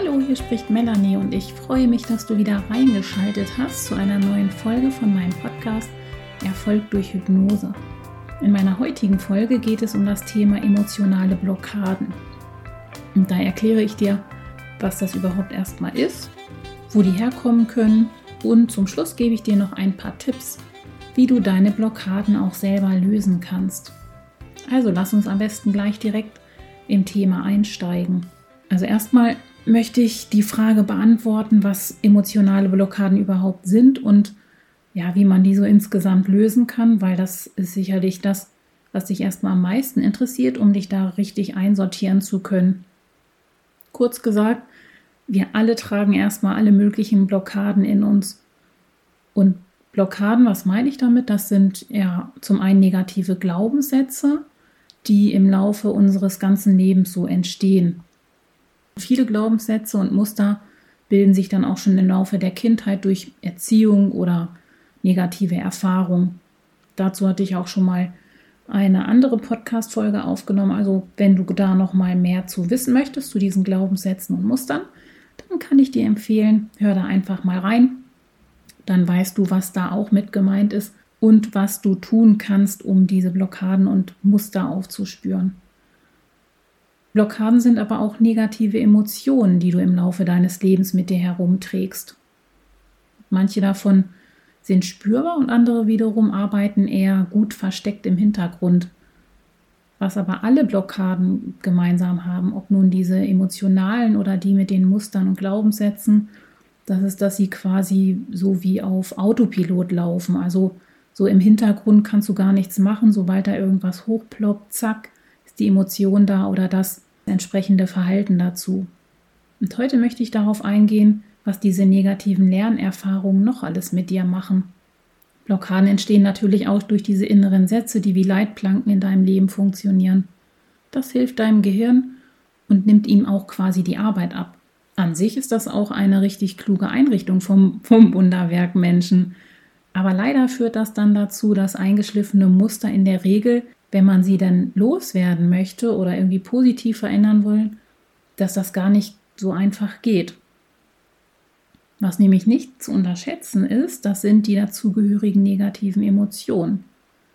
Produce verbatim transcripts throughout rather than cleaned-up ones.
Hallo, hier spricht Melanie und ich freue mich, dass du wieder reingeschaltet hast zu einer neuen Folge von meinem Podcast Erfolg durch Hypnose. In meiner heutigen Folge geht es um das Thema emotionale Blockaden. Und da erkläre ich dir, was das überhaupt erstmal ist, wo die herkommen können und zum Schluss gebe ich dir noch ein paar Tipps, wie du deine Blockaden auch selber lösen kannst. Also lass uns am besten gleich direkt im Thema einsteigen. Also erstmal möchte ich die Frage beantworten, was emotionale Blockaden überhaupt sind und ja, wie man die so insgesamt lösen kann, weil das ist sicherlich das, was dich erstmal am meisten interessiert, um dich da richtig einsortieren zu können. Kurz gesagt, wir alle tragen erstmal alle möglichen Blockaden in uns. Und Blockaden, was meine ich damit? Das sind ja zum einen negative Glaubenssätze, die im Laufe unseres ganzen Lebens so entstehen. Viele Glaubenssätze und Muster bilden sich dann auch schon im Laufe der Kindheit durch Erziehung oder negative Erfahrung. Dazu hatte ich auch schon mal eine andere Podcast-Folge aufgenommen. Also wenn du da noch mal mehr zu wissen möchtest, zu diesen Glaubenssätzen und Mustern, dann kann ich dir empfehlen, hör da einfach mal rein. Dann weißt du, was da auch mit gemeint ist und was du tun kannst, um diese Blockaden und Muster aufzuspüren. Blockaden sind aber auch negative Emotionen, die du im Laufe deines Lebens mit dir herumträgst. Manche davon sind spürbar und andere wiederum arbeiten eher gut versteckt im Hintergrund. Was aber alle Blockaden gemeinsam haben, ob nun diese emotionalen oder die mit den Mustern und Glaubenssätzen, das ist, dass sie quasi so wie auf Autopilot laufen. Also so im Hintergrund kannst du gar nichts machen, sobald da irgendwas hochploppt, zack, ist die Emotion da oder das entsprechende Verhalten dazu. Und heute möchte ich darauf eingehen, was diese negativen Lernerfahrungen noch alles mit dir machen. Blockaden entstehen natürlich auch durch diese inneren Sätze, die wie Leitplanken in deinem Leben funktionieren. Das hilft deinem Gehirn und nimmt ihm auch quasi die Arbeit ab. An sich ist das auch eine richtig kluge Einrichtung vom, vom Wunderwerk Menschen. Aber leider führt das dann dazu, dass eingeschliffene Muster in der Regel, wenn man sie dann loswerden möchte oder irgendwie positiv verändern will, dass das gar nicht so einfach geht. Was nämlich nicht zu unterschätzen ist, das sind die dazugehörigen negativen Emotionen.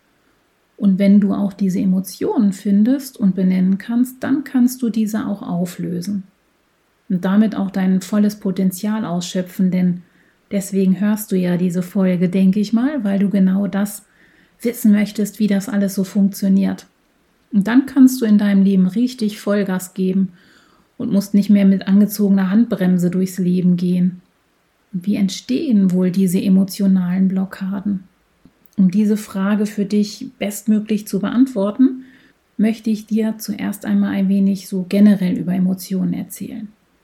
Und wenn du auch diese Emotionen findest und benennen kannst, dann kannst du diese auch auflösen. Und damit auch dein volles Potenzial ausschöpfen, denn deswegen hörst du ja diese Folge, denke ich mal, weil du genau das wissen möchtest, wie das alles so funktioniert. Und dann kannst du in deinem Leben richtig Vollgas geben und musst nicht mehr mit angezogener Handbremse durchs Leben gehen. Und wie entstehen wohl diese emotionalen Blockaden? Um diese Frage für dich bestmöglich zu beantworten, möchte ich dir zuerst einmal ein wenig so generell über Emotionen erzählen.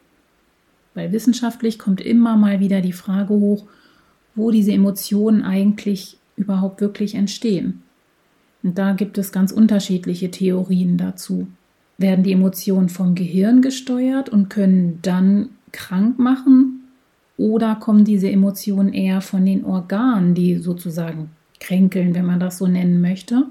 Weil wissenschaftlich kommt immer mal wieder die Frage hoch, wo diese Emotionen eigentlich überhaupt wirklich entstehen. Und da gibt es ganz unterschiedliche Theorien dazu. Werden die Emotionen vom Gehirn gesteuert und können dann krank machen? Oder kommen diese Emotionen eher von den Organen, die sozusagen kränkeln, wenn man das so nennen möchte,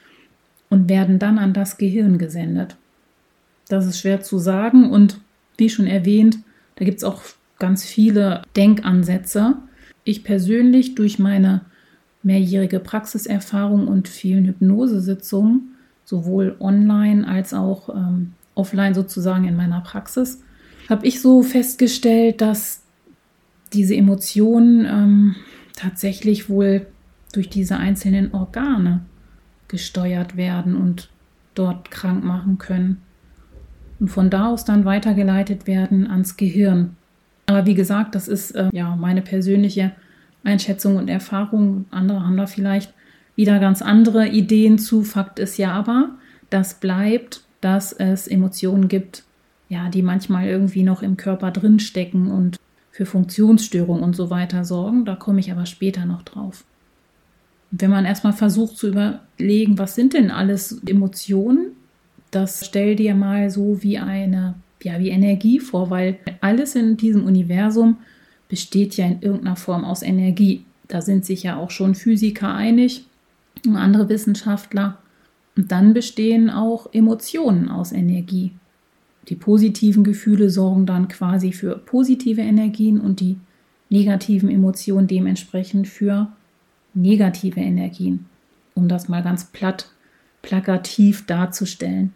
und werden dann an das Gehirn gesendet? Das ist schwer zu sagen und wie schon erwähnt, da gibt es auch ganz viele Denkansätze. Ich persönlich durch meine mehrjährige Praxiserfahrung und vielen Hypnosesitzungen, sowohl online als auch ähm, offline sozusagen in meiner Praxis, habe ich so festgestellt, dass diese Emotionen ähm, tatsächlich wohl durch diese einzelnen Organe gesteuert werden und dort krank machen können und von da aus dann weitergeleitet werden ans Gehirn. Aber wie gesagt, das ist äh, ja meine persönliche Einschätzung und Erfahrung. Andere haben da vielleicht wieder ganz andere Ideen zu. Fakt ist ja aber, dass bleibt, dass es Emotionen gibt, ja, die manchmal irgendwie noch im Körper drinstecken und für Funktionsstörungen und so weiter sorgen. Da komme ich aber später noch drauf. Und wenn man erstmal versucht zu überlegen, was sind denn alles Emotionen, das stell dir mal so wie eine, ja, wie Energie vor, weil alles in diesem Universum besteht ja in irgendeiner Form aus Energie. Da sind sich ja auch schon Physiker einig und andere Wissenschaftler. Und dann bestehen auch Emotionen aus Energie. Die positiven Gefühle sorgen dann quasi für positive Energien und die negativen Emotionen dementsprechend für negative Energien, um das mal ganz platt, plakativ darzustellen.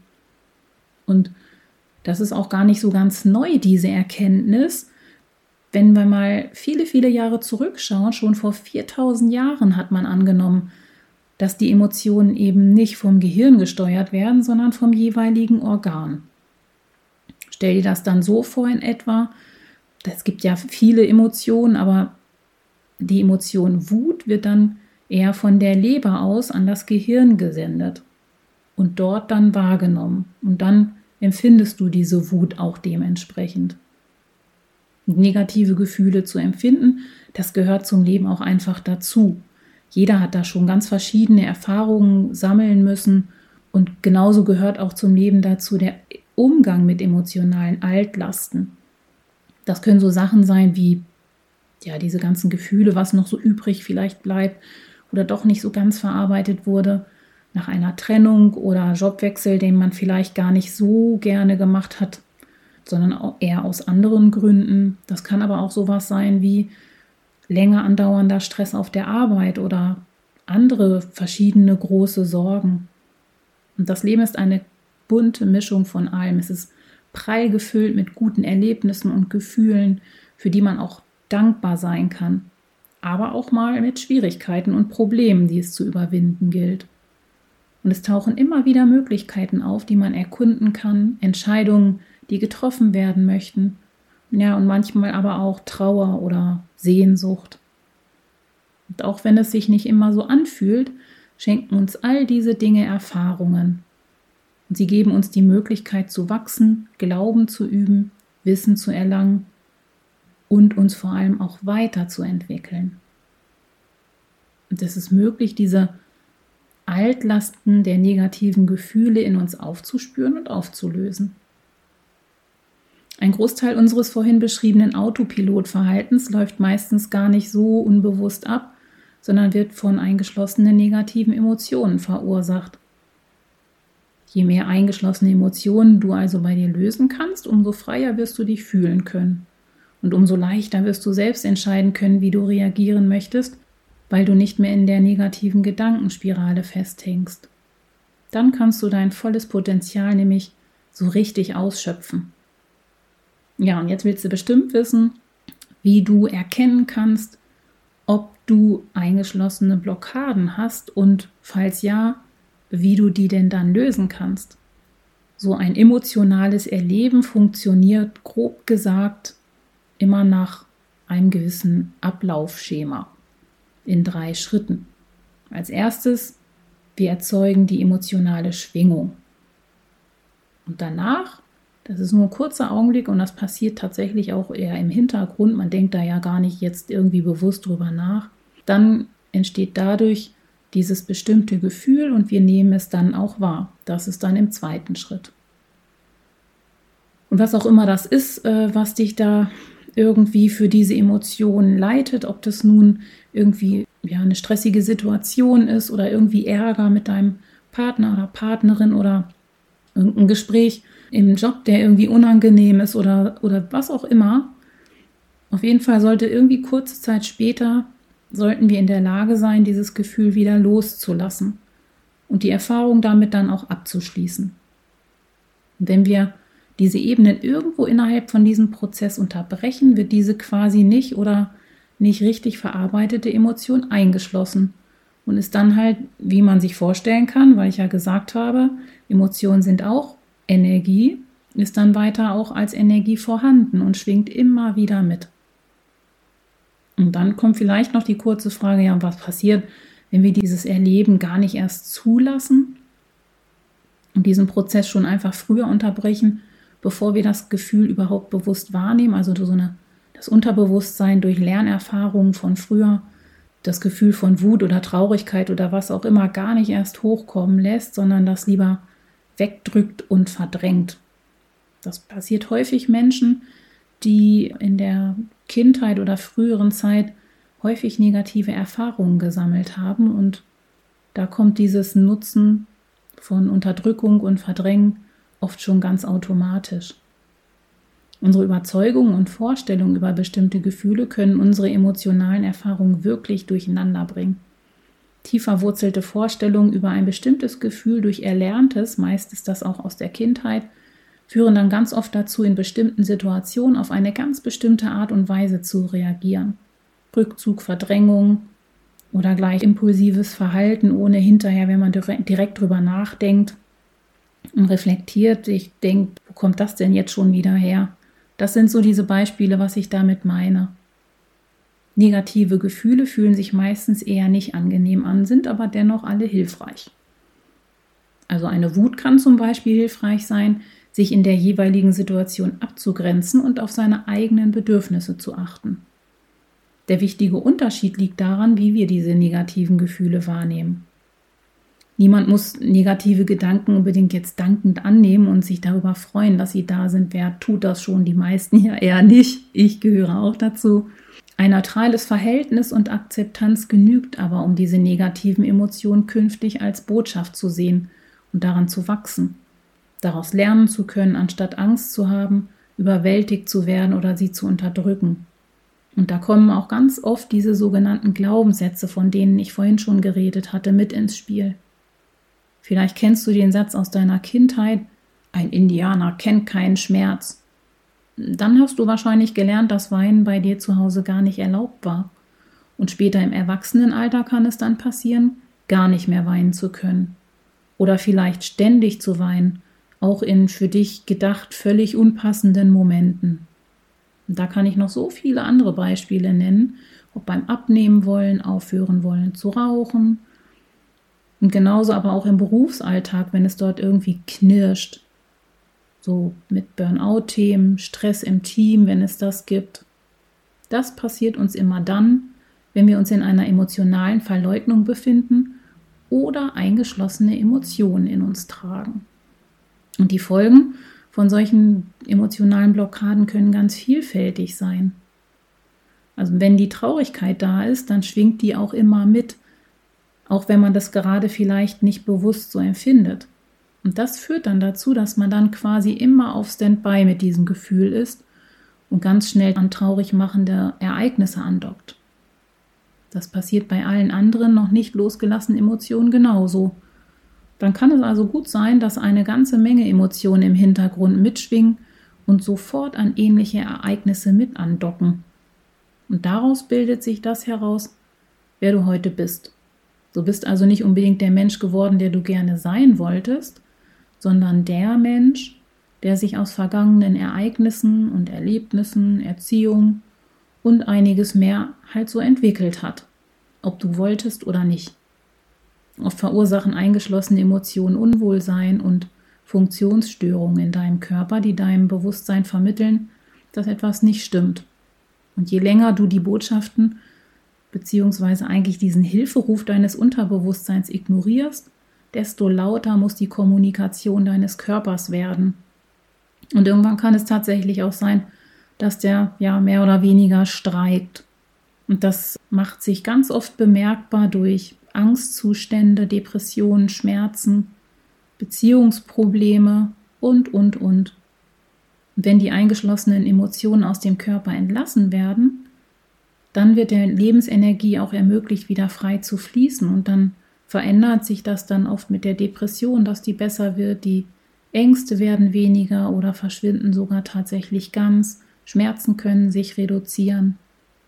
Und das ist auch gar nicht so ganz neu, diese Erkenntnis. Wenn wir mal viele, viele Jahre zurückschauen, schon vor viertausend Jahren hat man angenommen, dass die Emotionen eben nicht vom Gehirn gesteuert werden, sondern vom jeweiligen Organ. Stell dir das dann so vor in etwa, es gibt ja viele Emotionen, aber die Emotion Wut wird dann eher von der Leber aus an das Gehirn gesendet und dort dann wahrgenommen. Und dann empfindest du diese Wut auch dementsprechend. Negative Gefühle zu empfinden, das gehört zum Leben auch einfach dazu. Jeder hat da schon ganz verschiedene Erfahrungen sammeln müssen und genauso gehört auch zum Leben dazu der Umgang mit emotionalen Altlasten. Das können so Sachen sein wie ja, diese ganzen Gefühle, was noch so übrig vielleicht bleibt oder doch nicht so ganz verarbeitet wurde nach einer Trennung oder Jobwechsel, den man vielleicht gar nicht so gerne gemacht hat, sondern auch eher aus anderen Gründen. Das kann aber auch sowas sein wie länger andauernder Stress auf der Arbeit oder andere verschiedene große Sorgen. Und das Leben ist eine bunte Mischung von allem. Es ist prall gefüllt mit guten Erlebnissen und Gefühlen, für die man auch dankbar sein kann, aber auch mal mit Schwierigkeiten und Problemen, die es zu überwinden gilt. Und es tauchen immer wieder Möglichkeiten auf, die man erkunden kann, Entscheidungen, die getroffen werden möchten. Ja, und manchmal aber auch Trauer oder Sehnsucht. Und auch wenn es sich nicht immer so anfühlt, schenken uns all diese Dinge Erfahrungen. Und sie geben uns die Möglichkeit zu wachsen, Glauben zu üben, Wissen zu erlangen und uns vor allem auch weiterzuentwickeln. Und es ist möglich, diese Altlasten der negativen Gefühle in uns aufzuspüren und aufzulösen. Ein Großteil unseres vorhin beschriebenen Autopilotverhaltens läuft meistens gar nicht so unbewusst ab, sondern wird von eingeschlossenen negativen Emotionen verursacht. Je mehr eingeschlossene Emotionen du also bei dir lösen kannst, umso freier wirst du dich fühlen können. Und umso leichter wirst du selbst entscheiden können, wie du reagieren möchtest, weil du nicht mehr in der negativen Gedankenspirale festhängst. Dann kannst du dein volles Potenzial nämlich so richtig ausschöpfen. Ja, und jetzt willst du bestimmt wissen, wie du erkennen kannst, ob du eingeschlossene Blockaden hast und falls ja, wie du die denn dann lösen kannst. So ein emotionales Erleben funktioniert, grob gesagt, immer nach einem gewissen Ablaufschema in drei Schritten. Als erstes, wir erzeugen die emotionale Schwingung. Und danach, das ist nur ein kurzer Augenblick und das passiert tatsächlich auch eher im Hintergrund, man denkt da ja gar nicht jetzt irgendwie bewusst drüber nach, dann entsteht dadurch dieses bestimmte Gefühl und wir nehmen es dann auch wahr. Das ist dann im zweiten Schritt. Und was auch immer das ist, was dich da irgendwie für diese Emotionen leitet, ob das nun irgendwie ja, eine stressige Situation ist oder irgendwie Ärger mit deinem Partner oder Partnerin oder irgendein Gespräch im Job, der irgendwie unangenehm ist oder, oder was auch immer. Auf jeden Fall sollte irgendwie kurze Zeit später, sollten wir in der Lage sein, dieses Gefühl wieder loszulassen und die Erfahrung damit dann auch abzuschließen. Und wenn wir diese Ebenen irgendwo innerhalb von diesem Prozess unterbrechen, wird diese quasi nicht oder nicht richtig verarbeitete Emotion eingeschlossen und ist dann halt, wie man sich vorstellen kann, weil ich ja gesagt habe, Emotionen sind auch Energie, ist dann weiter auch als Energie vorhanden und schwingt immer wieder mit. Und dann kommt vielleicht noch die kurze Frage, ja, was passiert, wenn wir dieses Erleben gar nicht erst zulassen und diesen Prozess schon einfach früher unterbrechen, bevor wir das Gefühl überhaupt bewusst wahrnehmen, also so eine, das Unterbewusstsein durch Lernerfahrungen von früher, das Gefühl von Wut oder Traurigkeit oder was auch immer gar nicht erst hochkommen lässt, sondern das lieber wegdrückt und verdrängt. Das passiert häufig Menschen, die in der Kindheit oder früheren Zeit häufig negative Erfahrungen gesammelt haben und da kommt dieses Nutzen von Unterdrückung und Verdrängen oft schon ganz automatisch. Unsere Überzeugungen und Vorstellungen über bestimmte Gefühle können unsere emotionalen Erfahrungen wirklich durcheinander bringen. Tief verwurzelte Vorstellungen über ein bestimmtes Gefühl durch Erlerntes, meist ist das auch aus der Kindheit, führen dann ganz oft dazu, in bestimmten Situationen auf eine ganz bestimmte Art und Weise zu reagieren. Rückzug, Verdrängung oder gleich impulsives Verhalten, ohne hinterher, wenn man direkt drüber nachdenkt und reflektiert, ich denke, wo kommt das denn jetzt schon wieder her? Das sind so diese Beispiele, was ich damit meine. Negative Gefühle fühlen sich meistens eher nicht angenehm an, sind aber dennoch alle hilfreich. Also eine Wut kann zum Beispiel hilfreich sein, sich in der jeweiligen Situation abzugrenzen und auf seine eigenen Bedürfnisse zu achten. Der wichtige Unterschied liegt daran, wie wir diese negativen Gefühle wahrnehmen. Niemand muss negative Gedanken unbedingt jetzt dankend annehmen und sich darüber freuen, dass sie da sind. Wer tut das schon? Die meisten ja eher nicht. Ich gehöre auch dazu. Ein neutrales Verhältnis und Akzeptanz genügt aber, um diese negativen Emotionen künftig als Botschaft zu sehen und daran zu wachsen. Daraus lernen zu können, anstatt Angst zu haben, überwältigt zu werden oder sie zu unterdrücken. Und da kommen auch ganz oft diese sogenannten Glaubenssätze, von denen ich vorhin schon geredet hatte, mit ins Spiel. Vielleicht kennst du den Satz aus deiner Kindheit, ein Indianer kennt keinen Schmerz. Dann hast du wahrscheinlich gelernt, dass Weinen bei dir zu Hause gar nicht erlaubt war. Und später im Erwachsenenalter kann es dann passieren, gar nicht mehr weinen zu können. Oder vielleicht ständig zu weinen, auch in für dich gedacht völlig unpassenden Momenten. Und da kann ich noch so viele andere Beispiele nennen, ob beim Abnehmen wollen, aufhören wollen zu rauchen. Und genauso aber auch im Berufsalltag, wenn es dort irgendwie knirscht. So mit Burnout-Themen, Stress im Team, wenn es das gibt. Das passiert uns immer dann, wenn wir uns in einer emotionalen Verleugnung befinden oder eingeschlossene Emotionen in uns tragen. Und die Folgen von solchen emotionalen Blockaden können ganz vielfältig sein. Also wenn die Traurigkeit da ist, dann schwingt die auch immer mit, auch wenn man das gerade vielleicht nicht bewusst so empfindet. Und das führt dann dazu, dass man dann quasi immer auf Standby mit diesem Gefühl ist und ganz schnell an traurig machende Ereignisse andockt. Das passiert bei allen anderen noch nicht losgelassenen Emotionen genauso. Dann kann es also gut sein, dass eine ganze Menge Emotionen im Hintergrund mitschwingen und sofort an ähnliche Ereignisse mit andocken. Und daraus bildet sich das heraus, wer du heute bist. Du bist also nicht unbedingt der Mensch geworden, der du gerne sein wolltest, sondern der Mensch, der sich aus vergangenen Ereignissen und Erlebnissen, Erziehung und einiges mehr halt so entwickelt hat, ob du wolltest oder nicht. Oft verursachen eingeschlossene Emotionen Unwohlsein und Funktionsstörungen in deinem Körper, die deinem Bewusstsein vermitteln, dass etwas nicht stimmt. Und je länger du die Botschaften beziehungsweise eigentlich diesen Hilferuf deines Unterbewusstseins ignorierst, desto lauter muss die Kommunikation deines Körpers werden. Und irgendwann kann es tatsächlich auch sein, dass der ja mehr oder weniger streikt. Und das macht sich ganz oft bemerkbar durch Angstzustände, Depressionen, Schmerzen, Beziehungsprobleme und, und, und. Wenn die eingeschlossenen Emotionen aus dem Körper entlassen werden, dann wird der Lebensenergie auch ermöglicht, wieder frei zu fließen. Und dann verändert sich das dann oft mit der Depression, dass die besser wird, die Ängste werden weniger oder verschwinden sogar tatsächlich ganz. Schmerzen können sich reduzieren,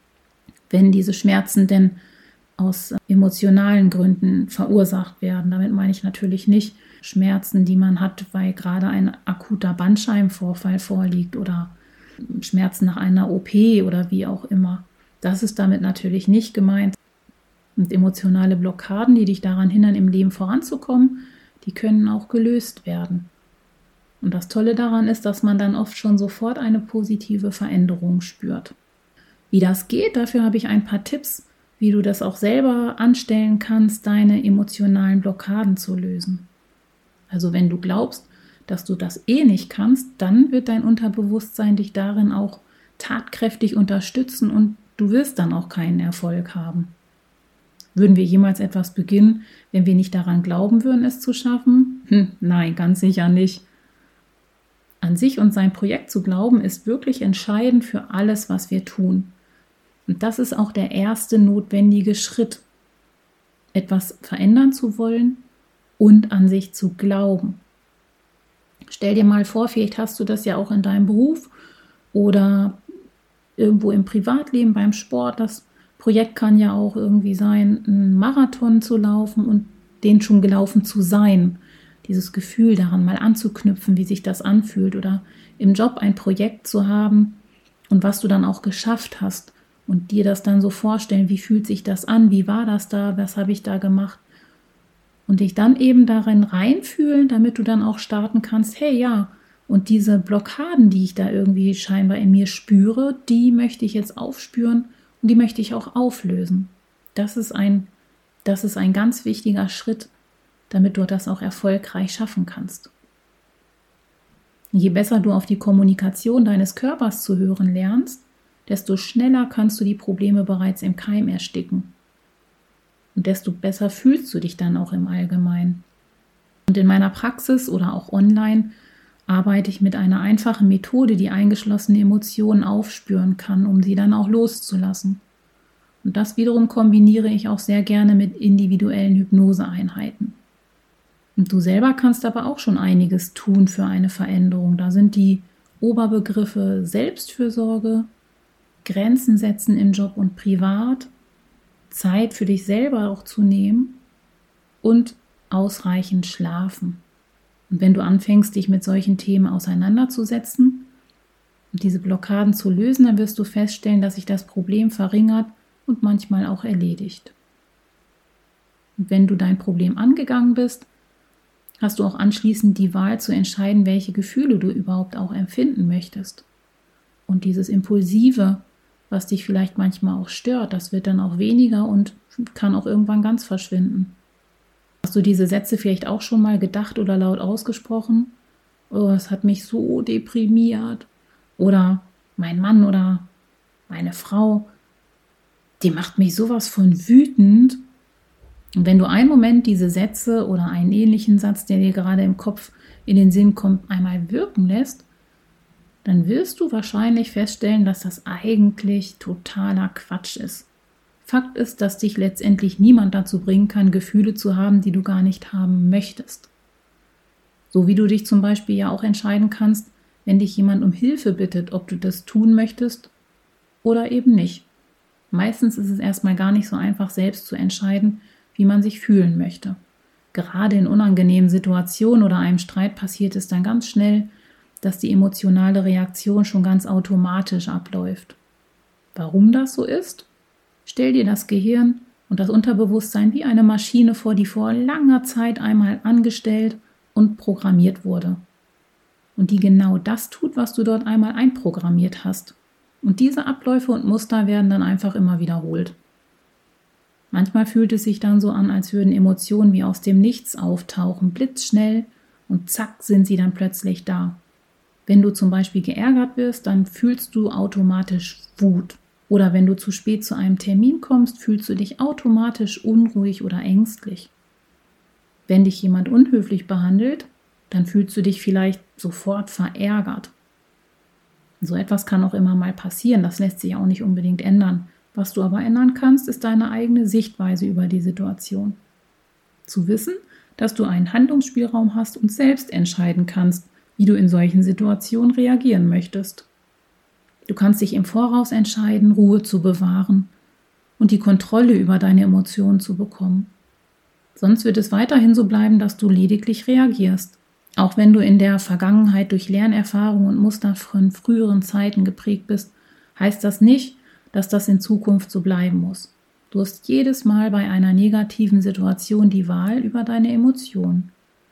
wenn diese Schmerzen denn aus emotionalen Gründen verursacht werden. Damit meine ich natürlich nicht Schmerzen, die man hat, weil gerade ein akuter Bandscheibenvorfall vorliegt oder Schmerzen nach einer O P oder wie auch immer. Das ist damit natürlich nicht gemeint. Und emotionale Blockaden, die dich daran hindern, im Leben voranzukommen, die können auch gelöst werden. Und das Tolle daran ist, dass man dann oft schon sofort eine positive Veränderung spürt. Wie das geht, dafür habe ich ein paar Tipps, wie du das auch selber anstellen kannst, deine emotionalen Blockaden zu lösen. Also wenn du glaubst, dass du das eh nicht kannst, dann wird dein Unterbewusstsein dich darin auch tatkräftig unterstützen und du wirst dann auch keinen Erfolg haben. Würden wir jemals etwas beginnen, wenn wir nicht daran glauben würden, es zu schaffen? Hm, nein, ganz sicher nicht. An sich und sein Projekt zu glauben, ist wirklich entscheidend für alles, was wir tun. Und das ist auch der erste notwendige Schritt, etwas verändern zu wollen und an sich zu glauben. Stell dir mal vor, vielleicht hast du das ja auch in deinem Beruf oder irgendwo im Privatleben, beim Sport. Das Projekt kann ja auch irgendwie sein, einen Marathon zu laufen und den schon gelaufen zu sein. Dieses Gefühl daran mal anzuknüpfen, wie sich das anfühlt, oder im Job ein Projekt zu haben und was du dann auch geschafft hast und dir das dann so vorstellen, wie fühlt sich das an, wie war das da, was habe ich da gemacht und dich dann eben darin reinfühlen, damit du dann auch starten kannst, hey ja, und diese Blockaden, die ich da irgendwie scheinbar in mir spüre, die möchte ich jetzt aufspüren und die möchte ich auch auflösen. Das ist ein, das ist ein ganz wichtiger Schritt, damit du das auch erfolgreich schaffen kannst. Je besser du auf die Kommunikation deines Körpers zu hören lernst, desto schneller kannst du die Probleme bereits im Keim ersticken. Und desto besser fühlst du dich dann auch im Allgemeinen. Und in meiner Praxis oder auch online arbeite ich mit einer einfachen Methode, die eingeschlossene Emotionen aufspüren kann, um sie dann auch loszulassen. Und das wiederum kombiniere ich auch sehr gerne mit individuellen Hypnoseeinheiten. Und du selber kannst aber auch schon einiges tun für eine Veränderung. Da sind die Oberbegriffe Selbstfürsorge, Grenzen setzen im Job und privat, Zeit für dich selber auch zu nehmen und ausreichend schlafen. Und wenn du anfängst, dich mit solchen Themen auseinanderzusetzen und diese Blockaden zu lösen, dann wirst du feststellen, dass sich das Problem verringert und manchmal auch erledigt. Und wenn du dein Problem angegangen bist, hast du auch anschließend die Wahl zu entscheiden, welche Gefühle du überhaupt auch empfinden möchtest. Und dieses Impulsive, was dich vielleicht manchmal auch stört, das wird dann auch weniger und kann auch irgendwann ganz verschwinden. Hast du diese Sätze vielleicht auch schon mal gedacht oder laut ausgesprochen? Oh, es hat mich so deprimiert. Oder mein Mann oder meine Frau, die macht mich sowas von wütend. Und wenn du einen Moment diese Sätze oder einen ähnlichen Satz, der dir gerade im Kopf in den Sinn kommt, einmal wirken lässt, dann wirst du wahrscheinlich feststellen, dass das eigentlich totaler Quatsch ist. Fakt ist, dass dich letztendlich niemand dazu bringen kann, Gefühle zu haben, die du gar nicht haben möchtest. So wie du dich zum Beispiel ja auch entscheiden kannst, wenn dich jemand um Hilfe bittet, ob du das tun möchtest oder eben nicht. Meistens ist es erstmal gar nicht so einfach, selbst zu entscheiden, wie man sich fühlen möchte. Gerade in unangenehmen Situationen oder einem Streit passiert es dann ganz schnell, dass die emotionale Reaktion schon ganz automatisch abläuft. Warum das so ist? Stell dir das Gehirn und das Unterbewusstsein wie eine Maschine vor, die vor langer Zeit einmal angestellt und programmiert wurde. Und die genau das tut, was du dort einmal einprogrammiert hast. Und diese Abläufe und Muster werden dann einfach immer wiederholt. Manchmal fühlt es sich dann so an, als würden Emotionen wie aus dem Nichts auftauchen, blitzschnell, und zack sind sie dann plötzlich da. Wenn du zum Beispiel geärgert wirst, dann fühlst du automatisch Wut. Oder wenn du zu spät zu einem Termin kommst, fühlst du dich automatisch unruhig oder ängstlich. Wenn dich jemand unhöflich behandelt, dann fühlst du dich vielleicht sofort verärgert. So etwas kann auch immer mal passieren, das lässt sich auch nicht unbedingt ändern. Was du aber ändern kannst, ist deine eigene Sichtweise über die Situation. Zu wissen, dass du einen Handlungsspielraum hast und selbst entscheiden kannst, wie du in solchen Situationen reagieren möchtest. Du kannst dich im Voraus entscheiden, Ruhe zu bewahren und die Kontrolle über deine Emotionen zu bekommen. Sonst wird es weiterhin so bleiben, dass du lediglich reagierst. Auch wenn du in der Vergangenheit durch Lernerfahrungen und Muster von früheren Zeiten geprägt bist, heißt das nicht, dass das in Zukunft so bleiben muss. Du hast jedes Mal bei einer negativen Situation die Wahl über deine Emotionen.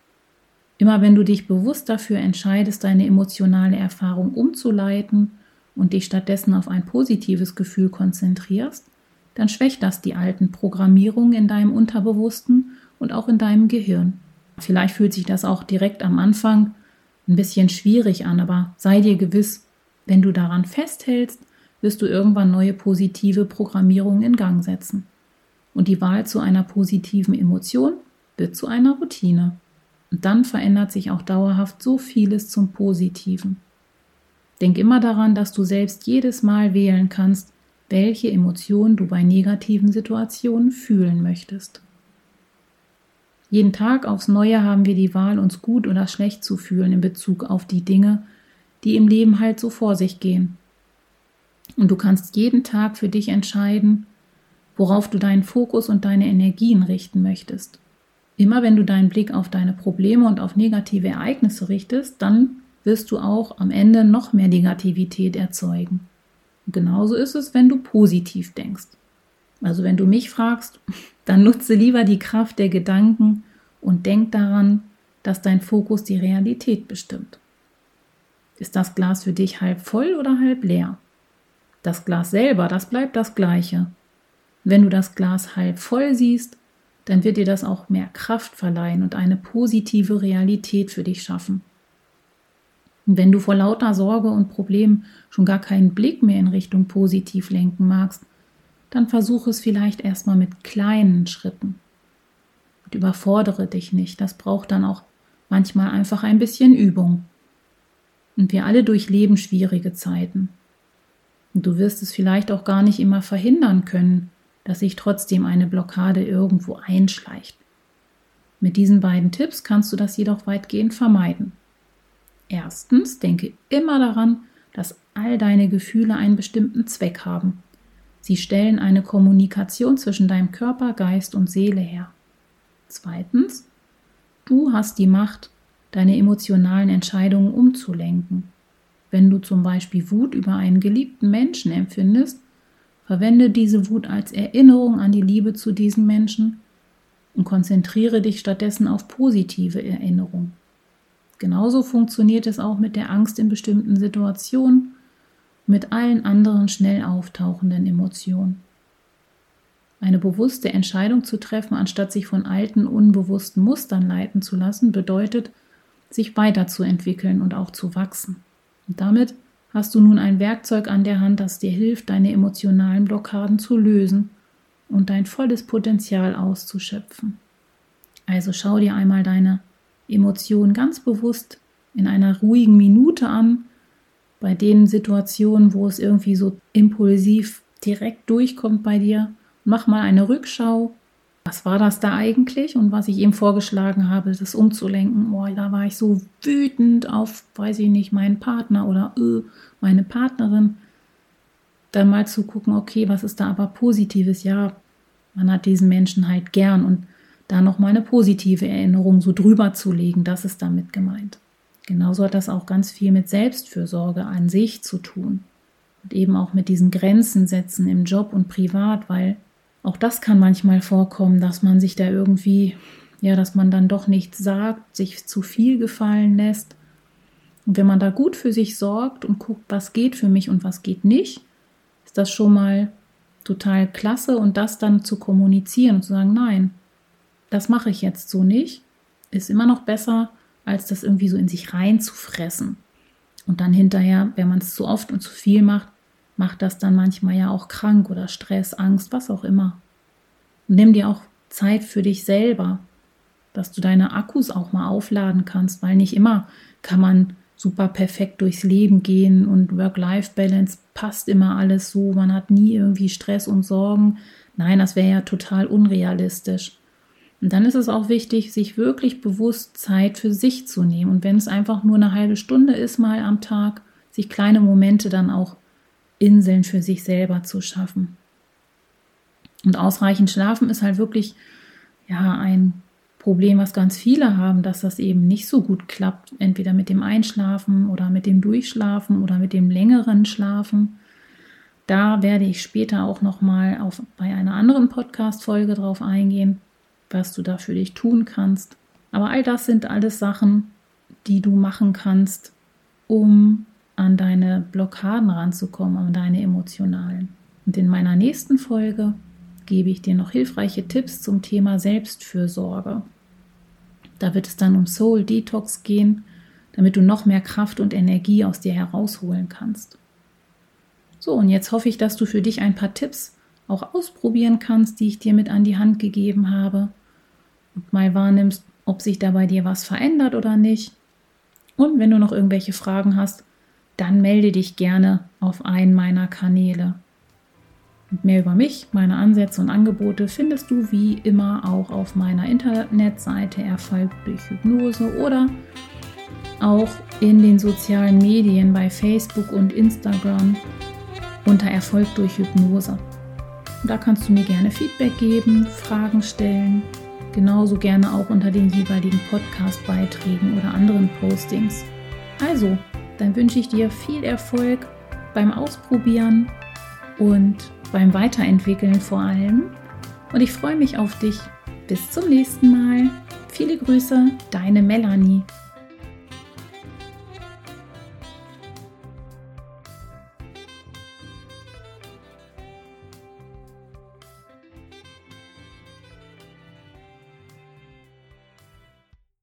Immer wenn du dich bewusst dafür entscheidest, deine emotionale Erfahrung umzuleiten und dich stattdessen auf ein positives Gefühl konzentrierst, dann schwächt das die alten Programmierungen in deinem Unterbewussten und auch in deinem Gehirn. Vielleicht fühlt sich das auch direkt am Anfang ein bisschen schwierig an, aber sei dir gewiss, wenn du daran festhältst, wirst du irgendwann neue positive Programmierungen in Gang setzen. Und die Wahl zu einer positiven Emotion wird zu einer Routine. Und dann verändert sich auch dauerhaft so vieles zum Positiven. Denk immer daran, dass du selbst jedes Mal wählen kannst, welche Emotionen du bei negativen Situationen fühlen möchtest. Jeden Tag aufs Neue haben wir die Wahl, uns gut oder schlecht zu fühlen in Bezug auf die Dinge, die im Leben halt so vor sich gehen. Und du kannst jeden Tag für dich entscheiden, worauf du deinen Fokus und deine Energien richten möchtest. Immer wenn du deinen Blick auf deine Probleme und auf negative Ereignisse richtest, dann wirst du auch am Ende noch mehr Negativität erzeugen. Und genauso ist es, wenn du positiv denkst. Also wenn du mich fragst, dann nutze lieber die Kraft der Gedanken und denk daran, dass dein Fokus die Realität bestimmt. Ist das Glas für dich halb voll oder halb leer? Das Glas selber, das bleibt das Gleiche. Wenn du das Glas halb voll siehst, dann wird dir das auch mehr Kraft verleihen und eine positive Realität für dich schaffen. Und wenn du vor lauter Sorge und Problemen schon gar keinen Blick mehr in Richtung positiv lenken magst, dann versuche es vielleicht erstmal mit kleinen Schritten. Und überfordere dich nicht, das braucht dann auch manchmal einfach ein bisschen Übung. Und wir alle durchleben schwierige Zeiten. Und du wirst es vielleicht auch gar nicht immer verhindern können, dass sich trotzdem eine Blockade irgendwo einschleicht. Mit diesen beiden Tipps kannst du das jedoch weitgehend vermeiden. Erstens, denke immer daran, dass all deine Gefühle einen bestimmten Zweck haben. Sie stellen eine Kommunikation zwischen deinem Körper, Geist und Seele her. Zweitens, du hast die Macht, deine emotionalen Entscheidungen umzulenken. Wenn du zum Beispiel Wut über einen geliebten Menschen empfindest, verwende diese Wut als Erinnerung an die Liebe zu diesem Menschen und konzentriere dich stattdessen auf positive Erinnerungen. Genauso funktioniert es auch mit der Angst in bestimmten Situationen, mit allen anderen schnell auftauchenden Emotionen. Eine bewusste Entscheidung zu treffen, anstatt sich von alten, unbewussten Mustern leiten zu lassen, bedeutet, sich weiterzuentwickeln und auch zu wachsen. Und damit hast du nun ein Werkzeug an der Hand, das dir hilft, deine emotionalen Blockaden zu lösen und dein volles Potenzial auszuschöpfen. Also schau dir einmal deine Emotionen ganz bewusst in einer ruhigen Minute an, bei den Situationen, wo es irgendwie so impulsiv direkt durchkommt bei dir. Mach mal eine Rückschau. Was war das da eigentlich? Und was ich eben vorgeschlagen habe, das umzulenken. Oh, da war ich so wütend auf, weiß ich nicht, meinen Partner oder äh, meine Partnerin. Dann mal zu gucken, okay, was ist da aber Positives? Ja, man hat diesen Menschen halt gern und da nochmal eine positive Erinnerung so drüber zu legen, das ist damit gemeint. Genauso hat das auch ganz viel mit Selbstfürsorge an sich zu tun. Und eben auch mit diesen Grenzen setzen im Job und privat, weil auch das kann manchmal vorkommen, dass man sich da irgendwie, ja, dass man dann doch nichts sagt, sich zu viel gefallen lässt. Und wenn man da gut für sich sorgt und guckt, was geht für mich und was geht nicht, ist das schon mal total klasse und das dann zu kommunizieren und zu sagen, nein, das mache ich jetzt so nicht, ist immer noch besser, als das irgendwie so in sich reinzufressen. Und dann hinterher, wenn man es zu oft und zu viel macht, macht das dann manchmal ja auch krank oder Stress, Angst, was auch immer. Und nimm dir auch Zeit für dich selber, dass du deine Akkus auch mal aufladen kannst, weil nicht immer kann man super perfekt durchs Leben gehen und Work-Life-Balance passt immer alles so, man hat nie irgendwie Stress und Sorgen. Nein, das wäre ja total unrealistisch. Und dann ist es auch wichtig, sich wirklich bewusst Zeit für sich zu nehmen. Und wenn es einfach nur eine halbe Stunde ist, mal am Tag, sich kleine Momente dann auch Inseln für sich selber zu schaffen. Und ausreichend schlafen ist halt wirklich ja ein Problem, was ganz viele haben, dass das eben nicht so gut klappt, entweder mit dem Einschlafen oder mit dem Durchschlafen oder mit dem längeren Schlafen. Da werde ich später auch nochmal auf bei einer anderen Podcast-Folge drauf eingehen, was du da für dich tun kannst. Aber all das sind alles Sachen, die du machen kannst, um an deine Blockaden ranzukommen, an deine emotionalen. Und in meiner nächsten Folge gebe ich dir noch hilfreiche Tipps zum Thema Selbstfürsorge. Da wird es dann um Soul Detox gehen, damit du noch mehr Kraft und Energie aus dir herausholen kannst. So, und jetzt hoffe ich, dass du für dich ein paar Tipps auch ausprobieren kannst, die ich dir mit an die Hand gegeben habe und mal wahrnimmst, ob sich da bei dir was verändert oder nicht. Und wenn du noch irgendwelche Fragen hast, dann melde dich gerne auf einen meiner Kanäle. Und mehr über mich, meine Ansätze und Angebote findest du wie immer auch auf meiner Internetseite Erfolg durch Hypnose oder auch in den sozialen Medien bei Facebook und Instagram unter Erfolg durch Hypnose. Da kannst du mir gerne Feedback geben, Fragen stellen, genauso gerne auch unter den jeweiligen Podcast-Beiträgen oder anderen Postings. Also, dann wünsche ich dir viel Erfolg beim Ausprobieren und beim Weiterentwickeln vor allem. Und ich freue mich auf dich. Bis zum nächsten Mal. Viele Grüße, deine Melanie.